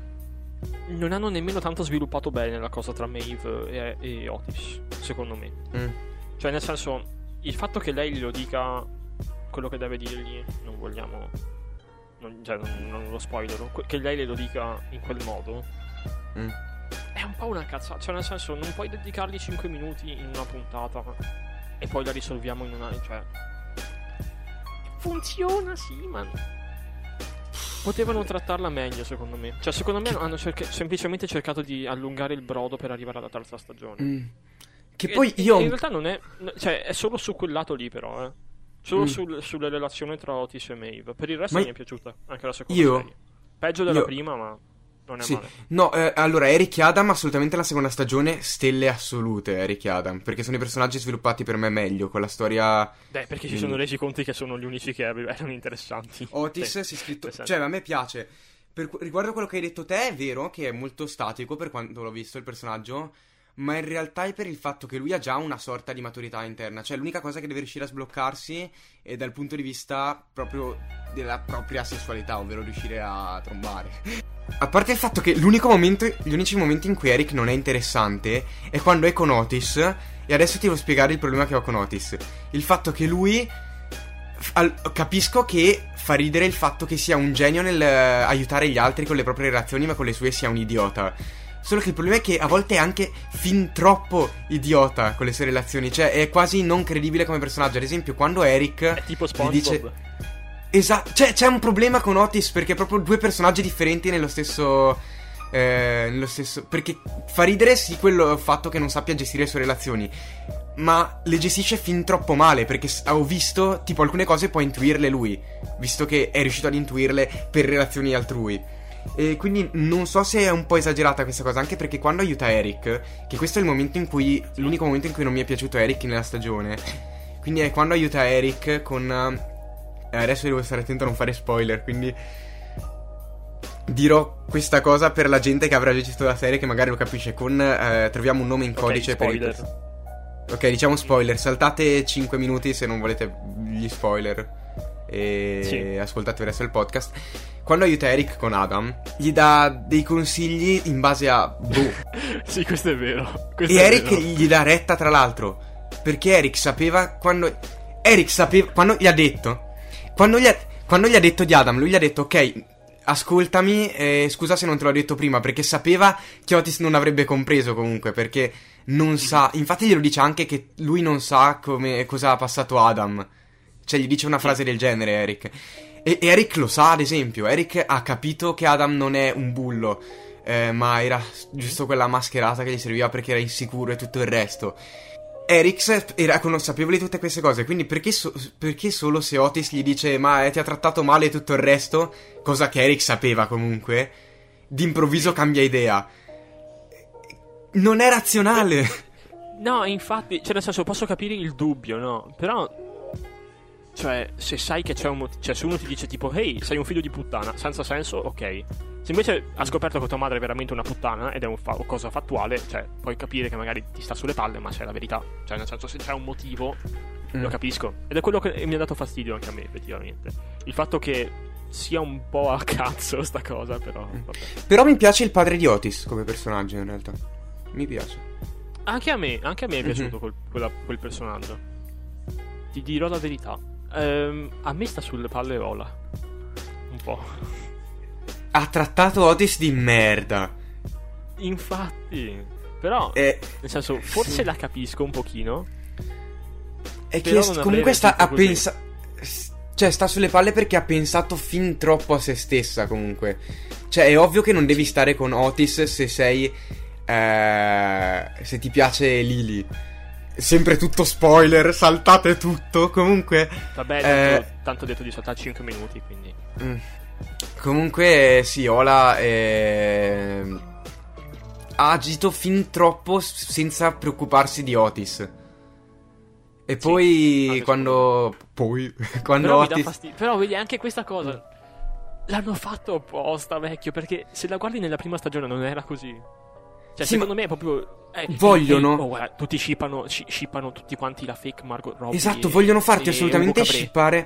non hanno nemmeno tanto sviluppato bene la cosa tra Maeve e Otis, secondo me. Cioè, nel senso, il fatto che lei glielo dica quello che deve dirgli, non vogliamo, non lo spoilero, che lei glielo dica in quel modo è un po' una cazzata. Cioè, nel senso, non puoi dedicargli 5 minuti in una puntata e poi la risolviamo in una, cioè funziona, sì, ma potevano trattarla meglio, secondo me. Cioè, secondo me hanno semplicemente cercato di allungare il brodo per arrivare alla terza stagione. Che poi io... In realtà non è... Cioè, è solo su quel lato lì, però, Solo sulla relazione tra Otis e Maeve. Per il resto mi è piaciuta anche la seconda serie. Peggio della prima, ma non è male. No, allora, Eric e Adam, assolutamente la seconda stagione, stelle assolute, Eric e Adam. Perché sono i personaggi sviluppati per me meglio, con la storia... Perché si sono resi conto che sono gli unici che erano interessanti. Otis si è scritto... Cioè, a me piace. Riguardo quello che hai detto te, è vero che è molto statico per quanto l'ho visto il personaggio, ma in realtà è per il fatto che lui ha già una sorta di maturità interna. Cioè, l'unica cosa che deve riuscire a sbloccarsi è dal punto di vista proprio della propria sessualità, ovvero riuscire a trombare. A parte il fatto che gli unici momenti in cui Eric non è interessante è quando è con Otis. E adesso ti devo spiegare il problema che ho con Otis. Il fatto che lui... capisco che fa ridere il fatto che sia un genio nel aiutare gli altri con le proprie relazioni, ma con le sue sia un idiota. Solo che il problema è che a volte è anche fin troppo idiota con le sue relazioni. Cioè, è quasi non credibile come personaggio. Ad esempio, quando Eric è tipo SpongeBob. gli dice... Esatto, cioè c'è un problema con Otis perché è proprio due personaggi differenti nello stesso... Perché fa ridere sì quello fatto che non sappia gestire le sue relazioni, ma le gestisce fin troppo male. Perché ho visto, tipo, alcune cose può intuirle lui, visto che è riuscito ad intuirle per relazioni altrui. E quindi non so se è un po' esagerata questa cosa, anche perché quando aiuta Eric, che questo è il momento in cui... l'unico momento in cui non mi è piaciuto Eric nella stagione, quindi è quando aiuta Eric con... adesso devo stare attento a non fare spoiler, quindi dirò questa cosa per la gente che avrà già visto la serie, che magari lo capisce. Troviamo un nome in codice per il... Ok, diciamo spoiler. Saltate 5 minuti se non volete gli spoiler e ascoltate il resto del podcast. Quando aiuta Eric con Adam, gli dà dei consigli in base a Sì, questo è vero. Eric gli dà retta, tra l'altro, perché Eric sapeva quando gli ha detto quando gli ha detto di Adam, lui gli ha detto: ok, ascoltami, scusa se non te l'ho detto prima, perché sapeva che Otis non avrebbe compreso comunque, perché non sa, infatti glielo dice anche che lui non sa cosa ha passato Adam. Cioè, gli dice una frase del genere Eric. E Eric lo sa, ad esempio. Eric ha capito che Adam non è un bullo, ma era giusto quella mascherata che gli serviva perché era insicuro e tutto il resto. Eric era consapevole di tutte queste cose, quindi perché solo se Otis gli dice ma ti ha trattato male e tutto il resto, cosa che Eric sapeva comunque, d'improvviso cambia idea? Non è razionale. No, infatti, cioè nel senso, posso capire il dubbio, no? Però... cioè, se sai che c'è un motivo, cioè se uno ti dice tipo hey, sei un figlio di puttana, senza senso, ok. Se invece ha scoperto che tua madre è veramente una puttana ed è cosa fattuale, cioè puoi capire che magari ti sta sulle palle, ma c'è la verità. Cioè, nel senso, se c'è un motivo, lo capisco. Ed è quello che mi ha dato fastidio anche a me, effettivamente. Il fatto che sia un po' a cazzo sta cosa, però vabbè. Però mi piace il padre di Otis come personaggio, in realtà. Mi piace. Anche a me è piaciuto quel personaggio. Ti dirò la verità. A me sta sulle palle Ola. Un po'. Ha trattato Otis di merda. Infatti. Però nel senso, forse la capisco un pochino. È che comunque sta a pensare. Cioè, sta sulle palle perché ha pensato fin troppo a se stessa, comunque. Cioè, è ovvio che non devi stare con Otis se sei se ti piace Lily. Sempre tutto spoiler, saltate tutto. Comunque vabbè, tanto ho detto di saltare 5 minuti, quindi comunque sì, Ola ha agito fin troppo senza preoccuparsi di Otis. E poi quando però Otis... mi dà fastidio. Però vedi, anche questa cosa l'hanno fatto apposta, vecchio, perché se la guardi nella prima stagione non era così. Cioè, sì, secondo me è proprio... vogliono... guarda, tutti shippano tutti quanti la fake Margot Robbie. Esatto, vogliono farti assolutamente shippare...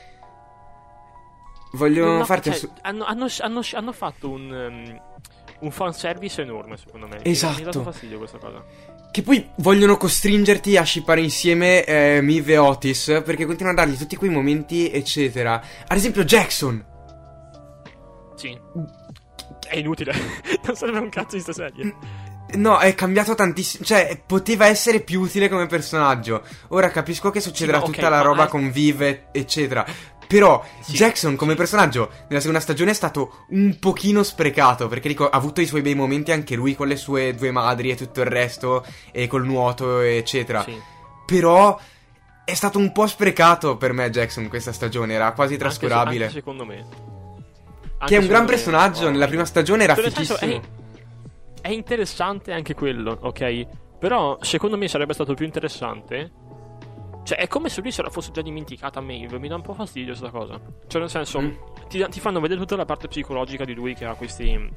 Vogliono farti... hanno fatto un fanservice enorme, secondo me. Esatto. Mi ha dato fastidio questa cosa. Che poi vogliono costringerti a shippare insieme Miv e Otis, perché continuano a dargli tutti quei momenti, eccetera. Ad esempio Jackson. Sì. È inutile. Non serve un cazzo in sta serie. No, è cambiato tantissimo. Cioè, poteva essere più utile come personaggio. Ora capisco che succederà tutta la roba con Vive, eccetera. Però Jackson come personaggio nella seconda stagione è stato un pochino sprecato, perché dico, ha avuto i suoi bei momenti anche lui con le sue 2 madri e tutto il resto, e col nuoto, eccetera. Sì. Però è stato un po' sprecato per me Jackson questa stagione, era quasi trascurabile. Anche secondo me. Che è un gran personaggio, nella prima stagione era fichissimo. È interessante anche quello, ok? Però secondo me sarebbe stato più interessante. Cioè, è come se lui se la fosse già dimenticata Maeve. Mi dà un po' fastidio questa cosa. Cioè, nel senso, ti fanno vedere tutta la parte psicologica di lui che ha queste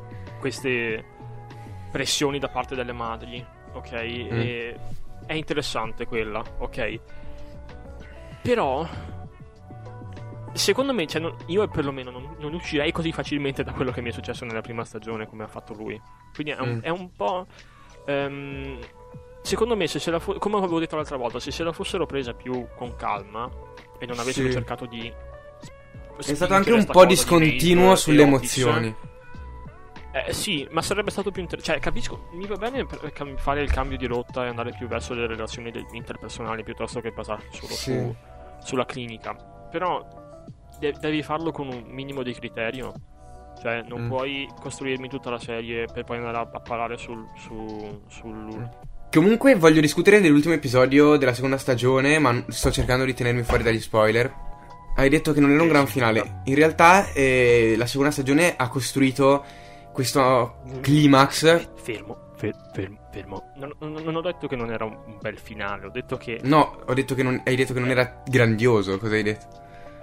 pressioni da parte delle madri, ok? E è interessante quella, ok? Però, secondo me, cioè, io perlomeno non uscirei così facilmente da quello che mi è successo nella prima stagione, come ha fatto lui. Quindi è un po'... secondo me, come avevo detto l'altra volta, se se la fossero presa più con calma e non avessero cercato di... È stato anche un po' discontinuo sulle emozioni. Sì, ma sarebbe stato più interessante. Cioè, capisco, mi va bene per fare il cambio di rotta e andare più verso le relazioni interpersonali piuttosto che basarsi solo sulla clinica. Però devi farlo con un minimo di criterio. Cioè, non puoi costruirmi tutta la serie per poi andare a parare sul Comunque voglio discutere dell'ultimo episodio della seconda stagione, ma sto cercando di tenermi fuori dagli spoiler. Hai detto che non era un gran finale. In realtà la seconda stagione ha costruito questo climax. Fermo. Non ho detto che non era un bel finale, ho detto che... No, ho detto che hai detto che non era grandioso, cosa hai detto?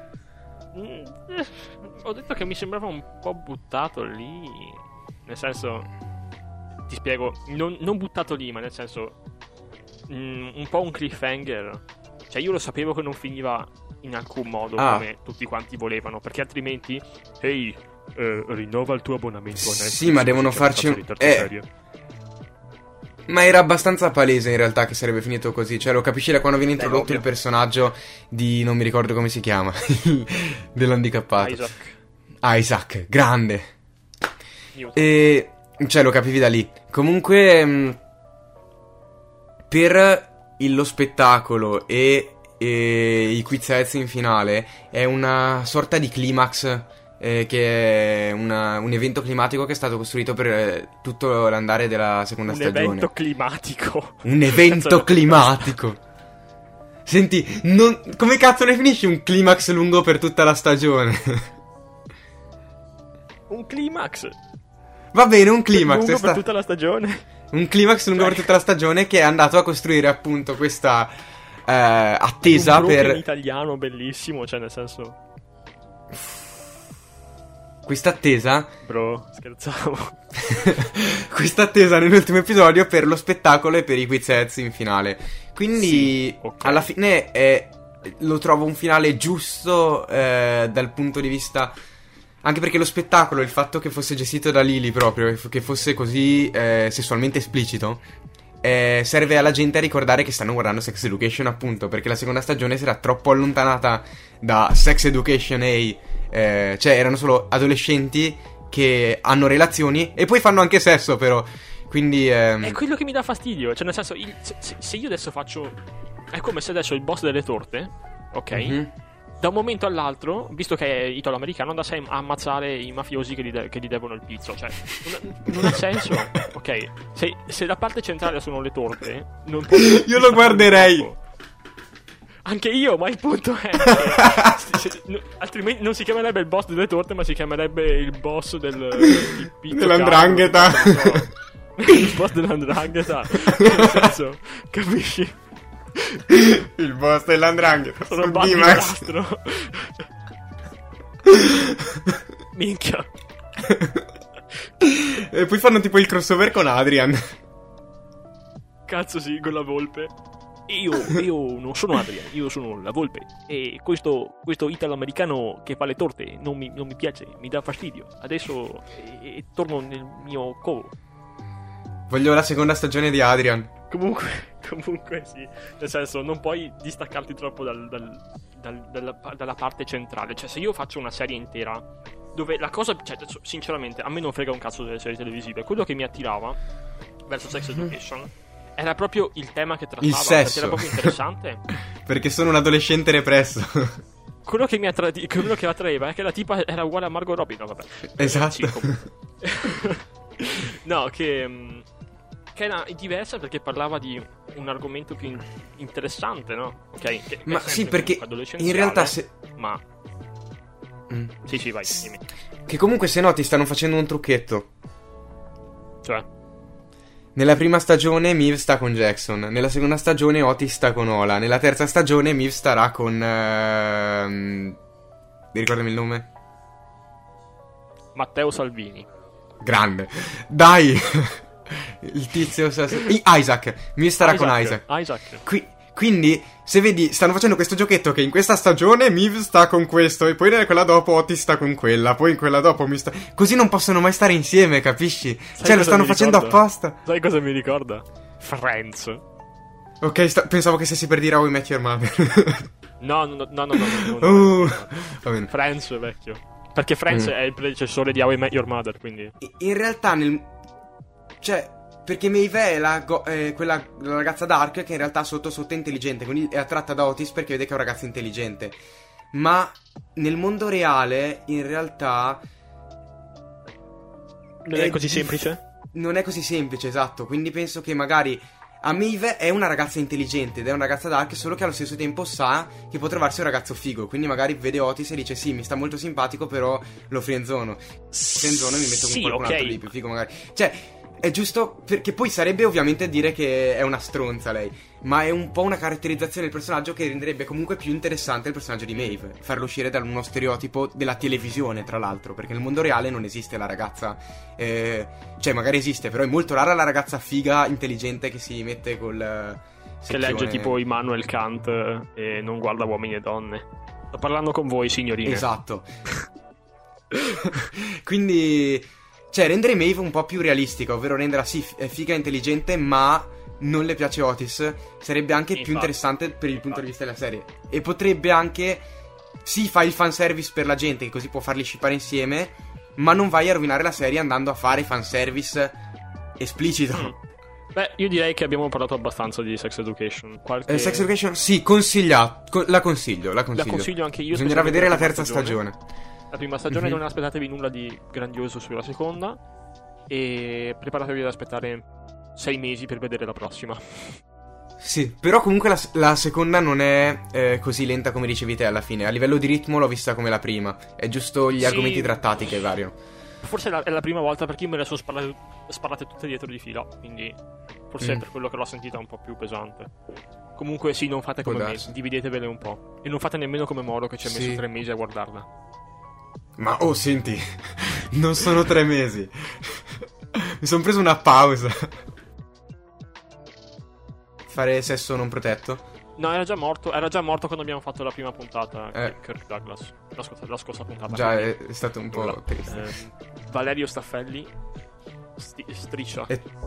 Ho detto che mi sembrava un po' buttato lì. Nel senso... Ti spiego, non buttato lì, ma nel senso un po' un cliffhanger. Cioè, io lo sapevo che non finiva in alcun modo come tutti quanti volevano, perché altrimenti rinnova il tuo abbonamento a Netflix. Sì, ma devono farci ma era abbastanza palese in realtà che sarebbe finito così. Cioè, lo capisci da quando viene introdotto il personaggio di... non mi ricordo come si chiama dell'handicappato Isaac, grande. E... cioè, lo capivi da lì. Comunque, per lo spettacolo e i quiz in finale è una sorta di climax, che è un evento climatico che è stato costruito per tutto l'andare della seconda stagione. Un evento climatico. Un evento climatico. Senti, come cazzo ne finisci un climax lungo per tutta la stagione? Un climax. Va bene, un climax lungo per tutta la stagione. Un climax lungo per tutta la stagione che è andato a costruire appunto questa attesa per... in italiano bellissimo, cioè nel senso... Questa attesa... Bro, scherzavo. Questa attesa nell'ultimo episodio per lo spettacolo e per i quiz in finale. Quindi alla fine lo trovo un finale giusto dal punto di vista... Anche perché lo spettacolo, il fatto che fosse gestito da Lily proprio, che fosse così sessualmente esplicito, serve alla gente a ricordare che stanno guardando Sex Education, appunto, perché la seconda stagione si era troppo allontanata da Sex Education e... cioè erano solo adolescenti che hanno relazioni e poi fanno anche sesso, però. Quindi è quello che mi dà fastidio. Cioè nel senso, se io adesso faccio... È come se adesso il boss delle torte, ok? Da un momento all'altro, visto che è italo-americano, andasse a ammazzare i mafiosi che gli devono il pizzo. Cioè, non ha senso. Ok, se la parte centrale sono le torte, non può... Io lo guarderei. Anche io, ma il punto è che altrimenti non si chiamerebbe il boss delle torte, ma si chiamerebbe il boss del pizzo dell''ndrangheta. Il boss dell''ndrangheta. Nel senso, capisci? Il boss dell''ndrangheta. Sono Battistro. Minchia. E poi fanno tipo il crossover con Adrian. Cazzo sì, con la volpe. Io non sono Adrian, io sono la volpe. E questo italo-americano che fa le torte non mi piace, mi dà fastidio. Adesso torno nel mio covo. Voglio la seconda stagione di Adrian. Comunque sì. Nel senso, non puoi distaccarti troppo dalla parte centrale. Cioè, se io faccio una serie intera dove la cosa, cioè, sinceramente, a me non frega un cazzo delle serie televisive. Quello che mi attirava verso Sex Education era proprio il tema che trattava. Il sesso. Perché era proprio interessante. Perché sono un adolescente represso. Quello che attraeva è che la tipa era uguale a Margot Robbie. No, vabbè. Esatto. Sì, no, che era diversa perché parlava di un argomento più interessante, no? Ok. Ma sì, perché in realtà Ma Sì, vai, dimmi. Che comunque, se noti, stanno facendo un trucchetto. Cioè, nella prima stagione Miv sta con Jackson, nella seconda stagione Otis sta con Ola, nella terza stagione Miv starà con ricordami il nome? Matteo Salvini. Grande. Dai. Il tizio Isaac. Miv starà con Isaac. Quindi, se vedi, stanno facendo questo giochetto che in questa stagione Miv sta con questo, e poi nella quella dopo Otis sta con quella, poi in quella dopo Miv sta... Così non possono mai stare insieme, capisci? Cioè, lo stanno facendo apposta. Sai cosa mi ricorda? Friends. Ok, pensavo che stessi per dire How I Met Your Mother. No. Va bene. Friends, vecchio. Perché Friends è il predecessore di How I Met Your Mother, quindi... In realtà, cioè... Perché Maeve è la ragazza dark che in realtà sotto è intelligente, quindi è attratta da Otis perché vede che è un ragazzo intelligente. Ma nel mondo reale, in realtà... Non è così semplice? Non è così semplice, esatto. Quindi penso che magari a Maeve è una ragazza intelligente ed è una ragazza dark, solo che allo stesso tempo sa che può trovarsi un ragazzo figo. Quindi magari vede Otis e dice sì, mi sta molto simpatico, però lo friendzono. Friendzono e mi metto con qualcun altro di più figo magari. Cioè... È giusto, perché poi sarebbe ovviamente dire che è una stronza lei, ma è un po' una caratterizzazione del personaggio che renderebbe comunque più interessante il personaggio di Maeve, farlo uscire da uno stereotipo della televisione, tra l'altro, perché nel mondo reale non esiste la ragazza, cioè magari esiste, però è molto rara la ragazza figa, intelligente che si mette col che legge tipo Immanuel Kant e non guarda uomini e donne. Sto parlando con voi, signorine. Esatto. Quindi... Cioè, rendere Maeve un po' più realistica, ovvero renderla sì, figa e intelligente, ma non le piace Otis, sarebbe anche più interessante per il punto di vista della serie. E potrebbe anche, sì, fai il fanservice per la gente, che così può farli shippare insieme, ma non vai a rovinare la serie andando a fare fanservice esplicito. Beh, io direi che abbiamo parlato abbastanza di Sex Education. Sex Education, sì, consigliato, la consiglio. La consiglio anche io. Bisognerà vedere la terza stagione. La prima stagione non aspettatevi nulla di grandioso sulla seconda e preparatevi ad aspettare 6 mesi per vedere la prossima. Sì, però comunque la seconda non è così lenta come dicevi te alla fine. A livello di ritmo l'ho vista come la prima. È giusto gli argomenti trattati che variano. Forse è la prima volta perché io me le sono sparate tutte dietro di fila, quindi forse è per quello che l'ho sentita un po' più pesante. Comunque sì, non fate come me, dividetevele un po'. E non fate nemmeno come Moro che ci ha messo 3 mesi a guardarla. Ma senti, non sono 3 mesi. Mi sono preso una pausa. Fare sesso non protetto? No, era già morto quando abbiamo fatto la prima puntata. Kirk Douglas. La scorsa puntata. Già, è stato un po' triste. Valerio Staffelli striscia.